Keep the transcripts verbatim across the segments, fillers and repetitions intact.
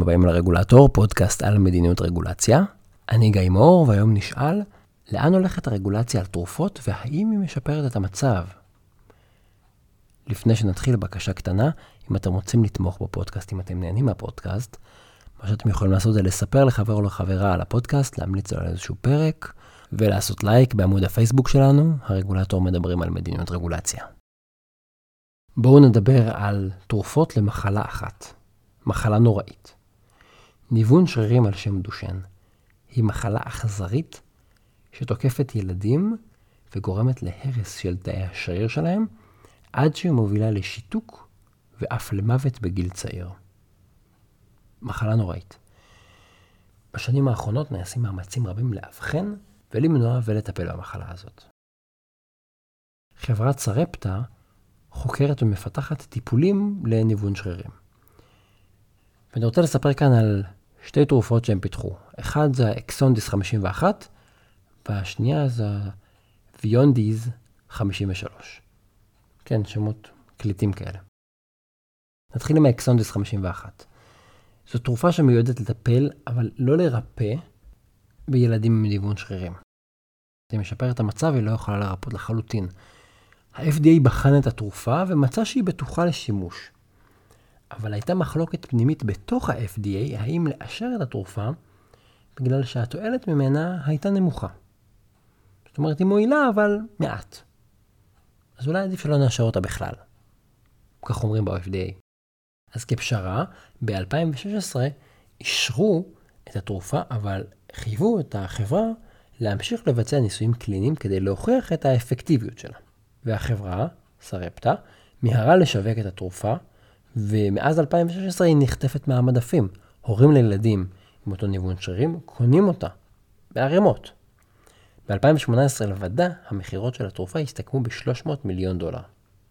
ברוכים הבאים לרגולטור, פודקאסט על מדיניות רגולציה. אני גיא מור, והיום נשאל, לאן הולכת הרגולציה על תרופות והאם היא משפרת את המצב? לפני שנתחיל, בקשה קטנה, אם אתם רוצים לתמוך בפודקאסט, אם אתם נהנים מהפודקאסט, מה שאתם יכולים לעשות זה לספר לחבר או לחברה על הפודקאסט, להמליץ על איזשהו פרק, ולעשות לייק בעמוד הפייסבוק שלנו, הרגולטור מדברים על מדיניות רגולציה. בואו נדבר על תרופות למחלה אחת, מחלה נוראית. ניוון שרירים על שם דושן היא מחלה אכזרית שתוקפת ילדים וגורמת להרס של תאי השריר שלהם, עד שהיא מובילה לשיתוק ואף למוות בגיל צעיר. מחלה נוראית. בשנים האחרונות נעשים מאמצים רבים לאבחן ולמנוע ולטפל במחלה הזאת. חברת סרפטה חוקרת ומפתחת טיפולים לניוון שרירים. ואני רוצה לספר כאן על שתי תרופות שהם פיתחו. אחד זה האקסונדיס חמישים ואחת, והשנייה זה ויונדיז חמישים ושלוש. כן, שמות קליטים כאלה. נתחיל עם האקסונדיס חמישים ואחת. זו תרופה שמיועדת לטפל, אבל לא לרפא, בילדים עם ניוון שרירים. זה משפר את המצב, היא לא יכולה לרפות לחלוטין. ה-אף די איי בחן את התרופה ומצא שהיא בטוחה לשימוש. אבל הייתה מחלוקת פנימית בתוך ה-אף די איי, האם לאשר את התרופה, בגלל שהתועלת ממנה הייתה נמוכה. זאת אומרת, היא מועילה, אבל מעט. אז אולי עדיף שלא נאשר אותה בכלל. כך אומרים ב-אף די איי. אז כפשרה, ב-אלפיים ושש עשרה אישרו את התרופה, אבל חייבו את החברה להמשיך לבצע ניסויים קליניים כדי להוכיח את האפקטיביות שלה. והחברה, סרפטה, מיהרה לשווק את התרופה, ומאז אלפיים ושש עשרה היא נחטפת מהמדפים. הורים לילדים עם אותו ניוון שרירים קונים אותה בערימות. ב-אלפיים שמונה עשרה לבדה, המחירות של התרופה הסתכמו ב-שלוש מאות מיליון דולר.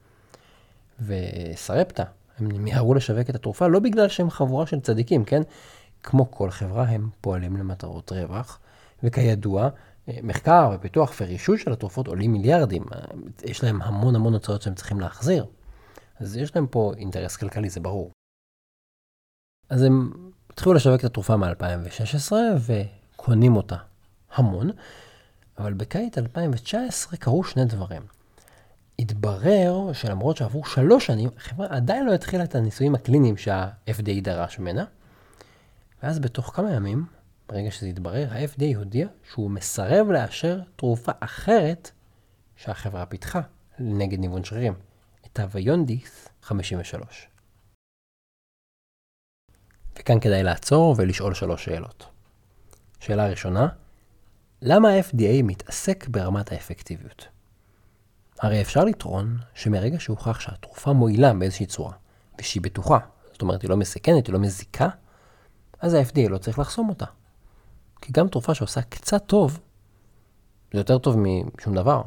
וסרפטה, הם מיהרו לשווק את התרופה לא בגלל שהם חבורה של צדיקים, כן? כמו כל חברה הם פועלים למטרות רווח, וכידוע, מחקר ופיתוח ורישוי של התרופות עולים מיליארדים. יש להם המון המון הוצאות שהם צריכים להחזיר. אז יש להם פה אינטרס כלכלי, זה ברור. אז הם התחילו לשווק את התרופה מ-אלפיים ושש עשרה וקונים אותה המון, אבל בקיץ אלפיים תשע עשרה קרו שני דברים. התברר שלמרות שעברו שלוש שנים, החברה עדיין לא התחילה את הניסויים הקליניים שה-אף די איי דרש ממנה, ואז בתוך כמה ימים, ברגע שזה התברר, ה-אף די איי הודיע שהוא מסרב לאשר תרופה אחרת שהחברה פיתחה נגד ניוון שרירים, את הוויונדיס חמישים ושלוש. וכאן כדאי לעצור ולשאול שלוש שאלות. שאלה ראשונה, למה ה-אף די איי מתעסק ברמת האפקטיביות? הרי אפשר לטעון שמרגע שהוכח שהתרופה מועילה באיזושהי צורה, ושהיא בטוחה, זאת אומרת היא לא מסכנת, היא לא מזיקה, אז ה-אף די איי לא צריך לחסום אותה. כי גם תרופה שעושה קצת טוב, זה יותר טוב משום דבר.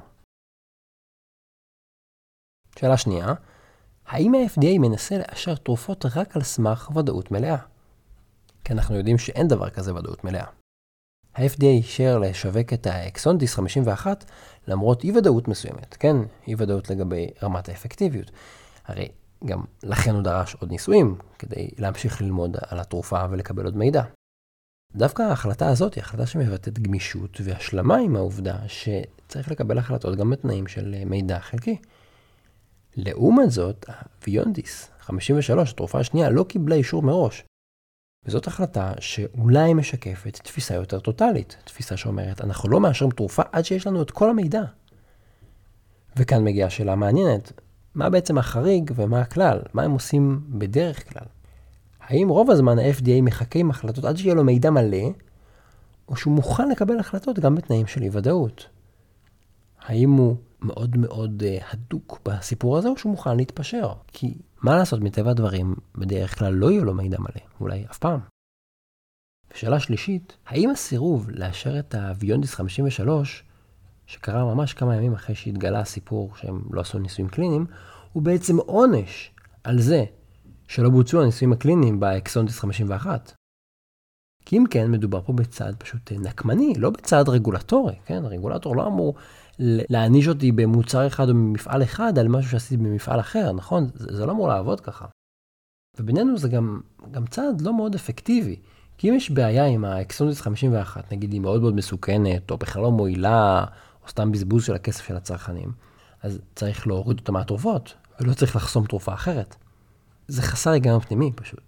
שאלה שנייה, האם ה-אף די איי מנסה לאשר תרופות רק על סמך ודאות מלאה? כי אנחנו יודעים שאין דבר כזה ודאות מלאה. ה-אף די איי אישר לשווק את האקסונדיס חמישים ואחת למרות אי ודאות מסוימת, כן? אי ודאות לגבי רמת האפקטיביות. הרי גם לכן הוא דרש עוד ניסויים כדי להמשיך ללמוד על התרופה ולקבל עוד מידע. דווקא ההחלטה הזאת היא החלטה שמבטאת גמישות והשלמה עם העובדה שצריך לקבל החלטות גם בתנאים של מידע חלקי. לעומת זאת, הוויונדיס חמישים ושלוש, התרופה השנייה, לא קיבלה אישור מראש. וזאת החלטה שאולי משקפת תפיסה יותר טוטלית. תפיסה שאומרת, אנחנו לא מאשרים תרופה עד שיש לנו את כל המידע. וכאן מגיעה שאלה מעניינת. מה בעצם החריג ומה הכלל? מה הם עושים בדרך כלל? האם רוב הזמן ה-אף די איי מחכה עם החלטות עד שיהיה לו מידע מלא, או שהוא מוכן לקבל החלטות גם בתנאים של אי-ודאות? האם הוא מאוד מאוד uh, הדוק בסיפור הזה, או שהוא מוכן להתפשר? כי מה לעשות, מטבע הדברים, בדרך כלל לא יהיה לו מידע מלא, אולי אף פעם. ושאלה שלישית, האם הסירוב לאשר את הוויונדיס חמישים ושלוש, שקרה ממש כמה ימים אחרי שהתגלה הסיפור שהם לא עשו ניסויים קליניים, הוא בעצם עונש על זה שלא בוצעו הניסויים הקליניים באקסונדיס חמישים ואחת. כי אם כן, מדובר פה בצעד פשוט נקמני, לא בצעד רגולטורי, כן? הרגולטור לא אמור להעניש אותי במוצר אחד או במפעל אחד על משהו שעשיתי במפעל אחר, נכון? זה, זה לא אמור לעבוד ככה. ובינינו זה גם, גם צעד לא מאוד אפקטיבי, כי אם יש בעיה עם האקסונדיס חמישים ואחת, נגיד היא מאוד מאוד מסוכנת, או בכלל לא מועילה, או סתם בזבוז של הכסף של הצרכנים, אז צריך להוריד אותה מהתרופות, ולא צריך לחסום תרופה אחרת. זה חסר היגיון פנימי פשוט.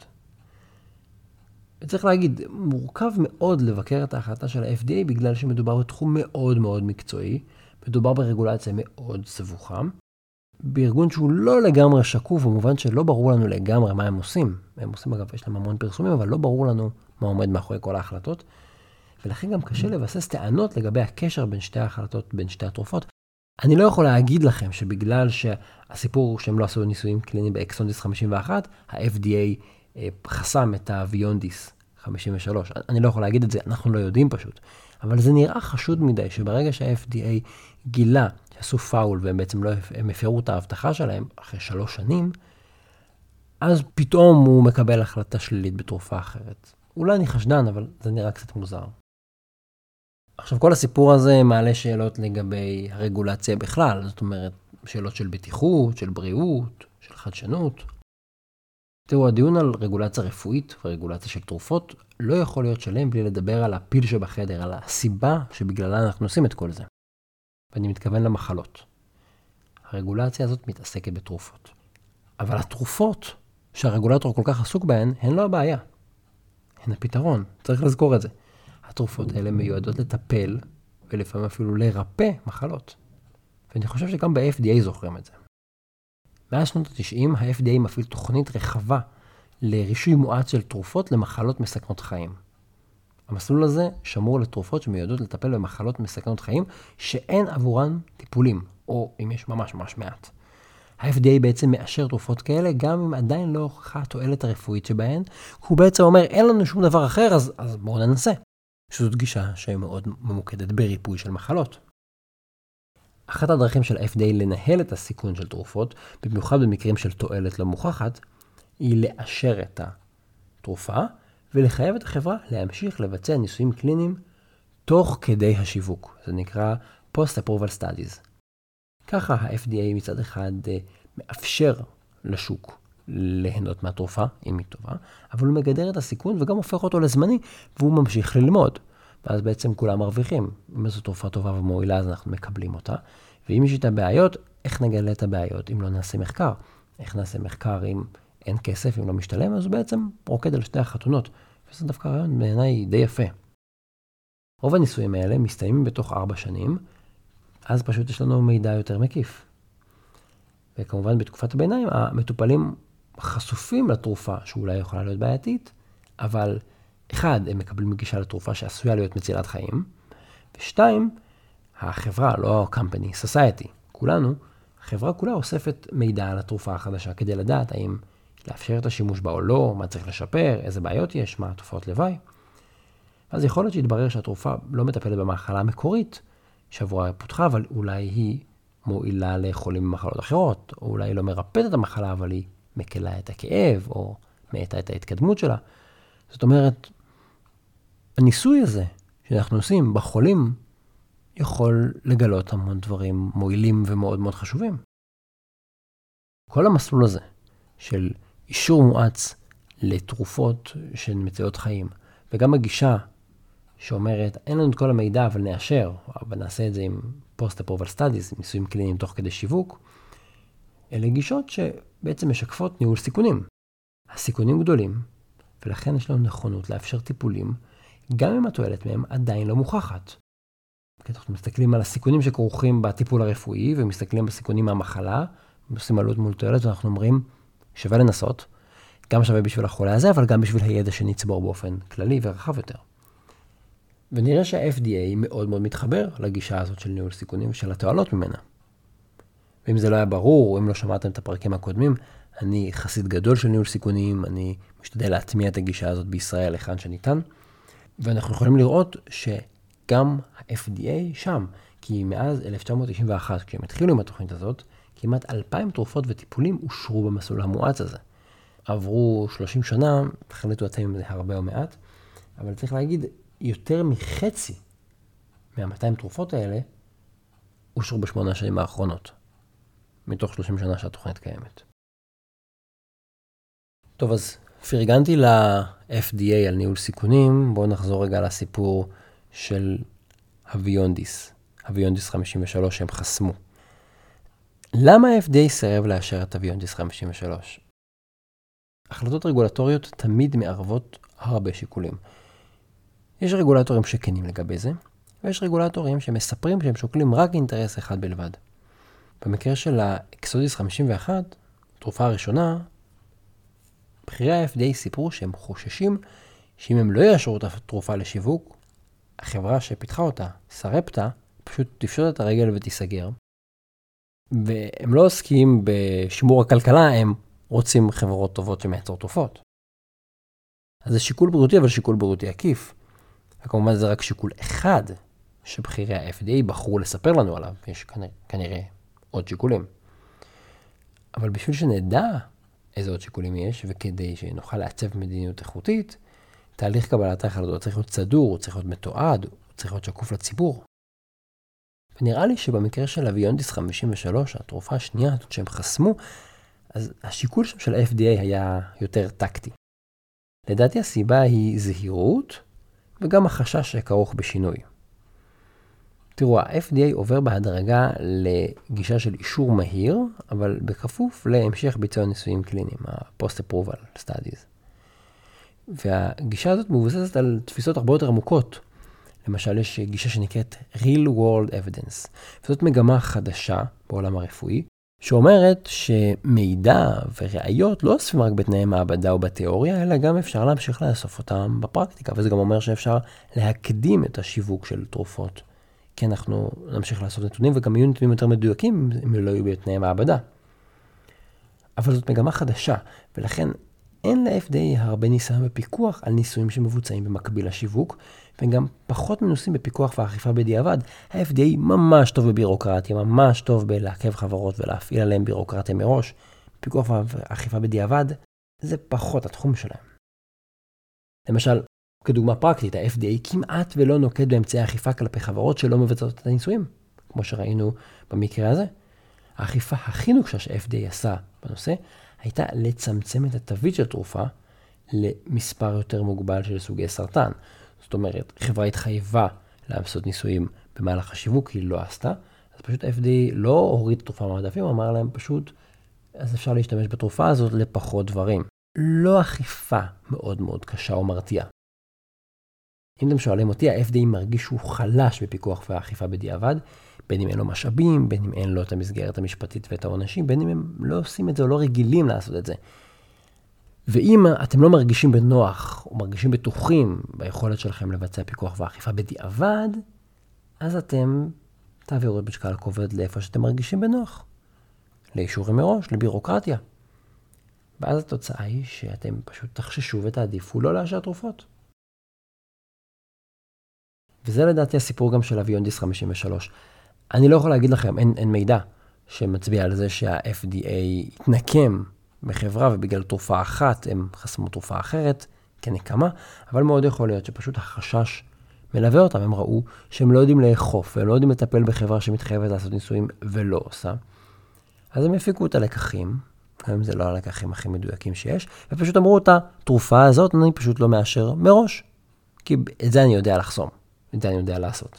וצריך להגיד, מורכב מאוד לבקר את ההחלטה של ה-אף די איי, בגלל שמדובר בתחום מאוד מאוד מקצועי, מדובר ברגולציה מאוד סבוכה, בארגון שהוא לא לגמרי שקוף, במובן שלא ברור לנו לגמרי מה הם עושים. הם עושים אגב, יש להם המון פרסומים, אבל לא ברור לנו מה עומד מאחורי כל ההחלטות. ולכן גם קשה לבסס טענות לגבי הקשר בין שתי ההחלטות, בין שתי התרופות. אני לא יכול להגיד לכם שבגלל שהסיפור שהם לא עשו ניסויים קליניים באקסונדיס חמישים ואחת, ה-אף די איי חסם את ה-ויונדיס חמישים ושלוש. אני לא יכול להגיד את זה, אנחנו לא יודעים פשוט. אבל זה נראה חשוד מדי שברגע שה-אף די איי גילה שעשו פאול והם בעצם לא, הם הפרו את ההבטחה שלהם אחרי שלוש שנים, אז פתאום הוא מקבל החלטה שלילית בתרופה אחרת. אולי אני חשדן, אבל זה נראה קצת מוזר. עכשיו, כל הסיפור הזה מעלה שאלות לגבי הרגולציה בכלל, זאת אומרת, שאלות של בטיחות, של בריאות, של חדשנות. תראו, הדיון על רגולציה רפואית ורגולציה של תרופות לא יכול להיות שלם בלי לדבר על הפיל שבחדר, על הסיבה שבגללה אנחנו עושים את כל זה. ואני מתכוון למחלות. הרגולציה הזאת מתעסקת בתרופות. אבל התרופות שהרגולטור כל כך עסוק בהן, הן לא הבעיה. הן הפתרון, צריך לזכור את זה. התרופות האלה מיועדות לטפל, ולפעמים אפילו לרפא מחלות. ואני חושב שגם ב-אף די איי זוכרים את זה. מאז שנות ה-תשעים, ה-אף די איי מפעיל תוכנית רחבה לרישוי מואץ של תרופות למחלות מסכנות חיים. המסלול הזה שמור לתרופות שמיועדות לטפל במחלות מסכנות חיים, שאין עבורן טיפולים, או אם יש ממש ממש מעט. ה-אף די איי בעצם מאשר תרופות כאלה, גם אם עדיין לא הוכחה התועלת הרפואית שבהן, הוא בעצם אומר, אין לנו שום דבר אחר, אז, אז בואו ננסה. שזאת גישה שהיא מאוד ממוקדת בריפוי של מחלות. אחת הדרכים של ה-אף די איי לנהל את הסיכון של תרופות, במיוחד במקרים של תועלת לא מוכחת, היא לאשר את התרופה, ולחייב את החברה להמשיך לבצע ניסויים קליניים תוך כדי השיווק. זה נקרא Post-Approval Studies. ככה ה-אף די איי מצד אחד מאפשר לשוק ליהנות מהתרופה, אם היא טובה, אבל הוא מגדר את הסיכון וגם הופך אותו לזמני, והוא ממשיך ללמוד. ואז בעצם כולם מרוויחים. אם זו תרופה טובה ומועילה, אז אנחנו מקבלים אותה. ואם יש איתה בעיות, איך נגלה את הבעיות אם לא נעשה מחקר? איך נעשה מחקר אם אין כסף, אם לא משתלם? אז הוא בעצם רוקד על שתי החתונות. וזה דווקא רעיון בעיניי די יפה. רוב הניסויים האלה מסתיימים בתוך ארבע שנים, אז פשוט יש לנו מידע יותר מקיף. וכמובן בתקופת הביניים, המטופלים חשופים לתרופה שאולי יכולה להיות בעייתית, אבל אחד, הם מקבלים גישה לתרופה שעשויה להיות מצילת חיים, ושתיים, החברה, לא company, society, כולנו, החברה כולה אוספת מידע על התרופה החדשה, כדי לדעת האם לאפשר את השימוש בה או לא, מה צריך לשפר, איזה בעיות יש, מה התופעות לוואי. אז יכול להיות שיתברר שהתרופה לא מטפלת במחלה המקורית, שעבורה פותחה, אבל אולי היא מועילה לחולים במחלות אחרות, או אולי היא לא מרפאת את המחלה, אבל היא מקלה את הכאב, או מאטה את ההתקדמות שלה. זאת אומרת, הניסוי הזה שאנחנו עושים בחולים, יכול לגלות המון דברים מועילים ומאוד מאוד חשובים. כל המסלול הזה של אישור מואץ לתרופות שהן מצילות חיים, וגם הגישה שאומרת, אין לנו את כל המידע, אבל נאשר, אבל נעשה את זה עם Post-Approval Studies, ניסויים קליניים תוך כדי שיווק, אלה גישות שבעצם משקפות ניהול סיכונים. הסיכונים גדולים, ולכן יש לנו נכונות לאפשר טיפולים, גם אם התועלת מהם עדיין לא מוכחת. כי אנחנו מסתכלים על הסיכונים שכרוכים בטיפול הרפואי, ומסתכלים בסיכונים מהמחלה, ועושים עלות מול תועלת, ואנחנו אומרים, שווה לנסות, גם שווה בשביל החולה הזה, אבל גם בשביל הידע שנצבור באופן כללי ורחב יותר. ונראה שה-אף די איי מאוד מאוד מתחבר לגישה הזאת של ניהול סיכונים ושל התועלות ממנה. ואם זה לא היה ברור, או אם לא שמעתם את הפרקים הקודמים, אני חסיד גדול של ניהול סיכונים, אני משתדל להטמיע את הגישה הזאת בישראל היכן שניתן, ואנחנו יכולים לראות שגם ה-אף די איי שם, כי מאז אלף תשע מאות תשעים ואחת, כשהם התחילו עם התוכנית הזאת, כמעט אלפיים תרופות וטיפולים אושרו במסלול המואץ הזה. עברו שלושים שנה, החליטו אתם אם זה הרבה או מעט, אבל צריך להגיד, יותר מחצי מה-מאתיים תרופות האלה אושרו בשמונה השנים האחרונות, מתוך שלושים שנה שהתוכנית קיימת. טוב, אז פרגנתי ל-אף די איי על ניהול סיכונים. בואו נחזור רגע לסיפור של הוויונדיס, הוויונדיס חמישים ושלוש שהם חסמו. למה ה-אף די איי סירב לאשר את הוויונדיס חמישים ושלוש? החלטות רגולטוריות תמיד מערבות הרבה שיקולים. יש רגולטורים שכנים לגבי זה, ויש רגולטורים שמספרים שהם שוקלים רק אינטרס אחד בלבד. במקרה של האקסודיס חמישים ואחת, התרופה הראשונה, בכירי ה-אף די איי סיפרו שהם חוששים שאם הם לא יאשרו את התרופה לשיווק, החברה שפיתחה אותה, סרפטה, פשוט תפשוט את הרגל ותיסגר. והם לא עוסקים בשימור הכלכלה, הם רוצים חברות טובות שמייצרות תרופות. אז זה שיקול בריאותי, אבל שיקול בריאותי עקיף. וכמובן זה רק שיקול אחד שבכירי ה-אף די איי בחרו לספר לנו עליו. יש כנראה, כנראה עוד שיקולים. אבל בשביל שנדע איזה עוד שיקולים יש, וכדי שנוכל לעצב מדיניות איכותית, תהליך קבלת ההחלטות צריך להיות סדור, הוא צריך להיות מתועד, הוא צריך להיות שקוף לציבור. ונראה לי שבמקרה של הוויונדיס חמישים ושלוש, התרופה השנייה שהם חסמו, אז השיקול שם של ה-אף די איי היה יותר טקטי. לדעתי הסיבה היא זהירות, וגם החשש שכרוך בשינוי. תראו, ה-אף די איי עובר בהדרגה לגישה של אישור מהיר, אבל בכפוף להמשך ביצוע ניסויים קליניים, ה-Post-Approval Studies. והגישה הזאת מבוססת על תפיסות הרבה יותר עמוקות. למשל, יש גישה שנקראת Real World Evidence. וזאת מגמה חדשה בעולם הרפואי, שאומרת שמידע וראיות לא אוספים רק בתנאי מעבדה או בתיאוריה, אלא גם אפשר להמשיך לאסוף אותם בפרקטיקה. וזה גם אומר שאפשר להקדים את השיווק של תרופות. כי אנחנו נמשיך לעשות נתונים, וגם יהיו נתונים יותר מדויקים אם לא יהיו בתנאי מעבדה. אבל זאת מגמה חדשה, ולכן אין ל-אף די איי הרבה ניסיון בפיקוח על ניסויים שמבוצעים במקביל לשיווק, וגם פחות מנוסים בפיקוח ואכיפה בדיעבד. ה-אף די איי ממש טוב בבירוקרטיה, ממש טוב בלעכב חברות ולהפעיל עליהם בירוקרטיה מראש. פיקוח ואכיפה בדיעבד זה פחות התחום שלהם. למשל, כדוגמה פרקטית, ה-אף די איי כמעט ולא נוקט באמצעי האכיפה כלפי חברות שלא מבצעות את הניסויים, כמו שראינו במקרה הזה. האכיפה הכי נוקשה ש-אף די איי עשה בנושא, הייתה לצמצם את התווית של תרופה למספר יותר מוגבל של סוגי סרטן. זאת אומרת, חברה התחייבה לעשות ניסויים במהלך השיווק, היא לא עשתה, אז פשוט ה-אף די איי לא הוריד את התרופה מהמדפים, אמר להם פשוט, אז אפשר להשתמש בתרופה הזאת לפחות דברים. לא אכיפה מאוד מאוד קשה או מרתיעה. אם אתם שואלים אותי, ה-אף די איי מרגיש שהוא חלש בפיקוח והאכיפה בדיעבד, בין אם אין לו משאבים, בין אם אין לו את המסגרת המשפטית ואת העונשים, בין אם הם לא עושים את זה או לא רגילים לעשות את זה. ואם אתם לא מרגישים בנוח או מרגישים בטוחים ביכולת שלכם לבצע פיקוח ואכיפה בדיעבד, אז אתם תעבירו את משקל הכובד לאיפה שאתם מרגישים בנוח. לאישורים מראש, לבירוקרטיה. ואז התוצאה היא שאתם פשוט תחששו ותעדיפו לא לאשר תרופות. וזה לדעתי הסיפור גם של הוויונדיס חמישים ושלוש. אני לא יכול להגיד לכם, אין, אין מידע שמצביע על זה שה-אף די איי התנקם בחברה ובגלל תרופה אחת הם חסמו תרופה אחרת כנקמה, אבל מאוד יכול להיות שפשוט החשש מלווה אותם. הם ראו שהם לא יודעים לאכוף והם לא יודעים לטפל בחברה שמתחייבת לעשות ניסויים ולא עושה. אז הם הפיקו את הלקחים, גם אם זה לא הלקחים הכי מדויקים שיש, ופשוט אמרו אותה, תרופה הזאת אני פשוט לא מאשר מראש, כי את זה אני יודע לחסום. את זה אני יודע לעשות.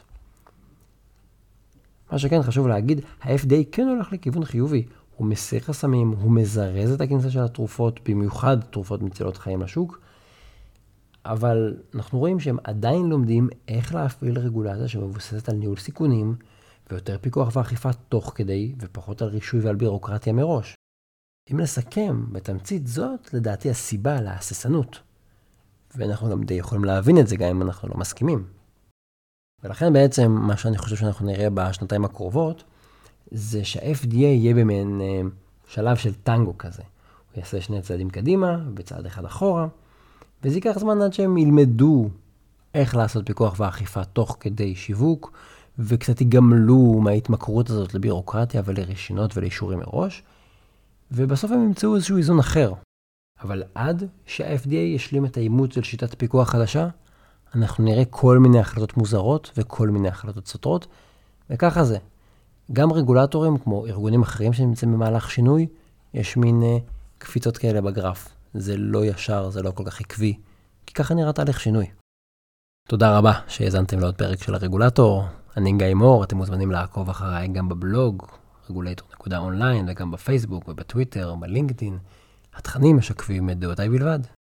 מה שכן חשוב להגיד, ה-אף די איי כן הולך לכיוון חיובי. הוא מסיר חסמים, הוא מזרז את הכניסה של התרופות, במיוחד תרופות מצילות חיים לשוק, אבל אנחנו רואים שהם עדיין לומדים איך להפעיל רגולציה שמבוססת על ניהול סיכונים, ויותר פיקוח ואכיפה תוך כדי, ופחות על רישוי ועל בירוקרטיה מראש. אם נסכם, בתמצית זאת, לדעתי הסיבה להססנות. ואנחנו גם די יכולים להבין את זה, גם אם אנחנו לא מסכימים. ולכן בעצם מה שאני חושב שאנחנו נראה בשנתיים הקרובות, זה שה-אף די איי יהיה במין אה, שלב של טנגו כזה. הוא יעשה שני צעדים קדימה ובצעד אחד אחורה, וזה ייקח זמן עד שהם ילמדו איך לעשות פיקוח ואכיפה תוך כדי שיווק, וקצת יגמלו מההתמכרות הזאת לבירוקרטיה ולרשיונות ולאישורים מראש, ובסוף הם ימצאו איזשהו איזון אחר. אבל עד שה-אף די איי ישלים את האימוץ של שיטת פיקוח חדשה, אנחנו נראה כל מיני החלטות מוזרות וכל מיני החלטות סותרות, וככה זה. גם רגולטורים, כמו ארגונים אחרים שנמצאים במהלך שינוי, יש מין uh, קפיצות כאלה בגרף. זה לא ישר, זה לא כל כך עקבי, כי ככה נראה תהליך שינוי. תודה רבה שהאזנתם לעוד פרק של הרגולטור. אני גיא מור, אתם מוזמנים לעקוב אחריי גם בבלוג, רגולטור נקודה אונליין, וגם בפייסבוק ובטוויטר ובלינקדאין. התכנים משקפים את דעותיי בלבד.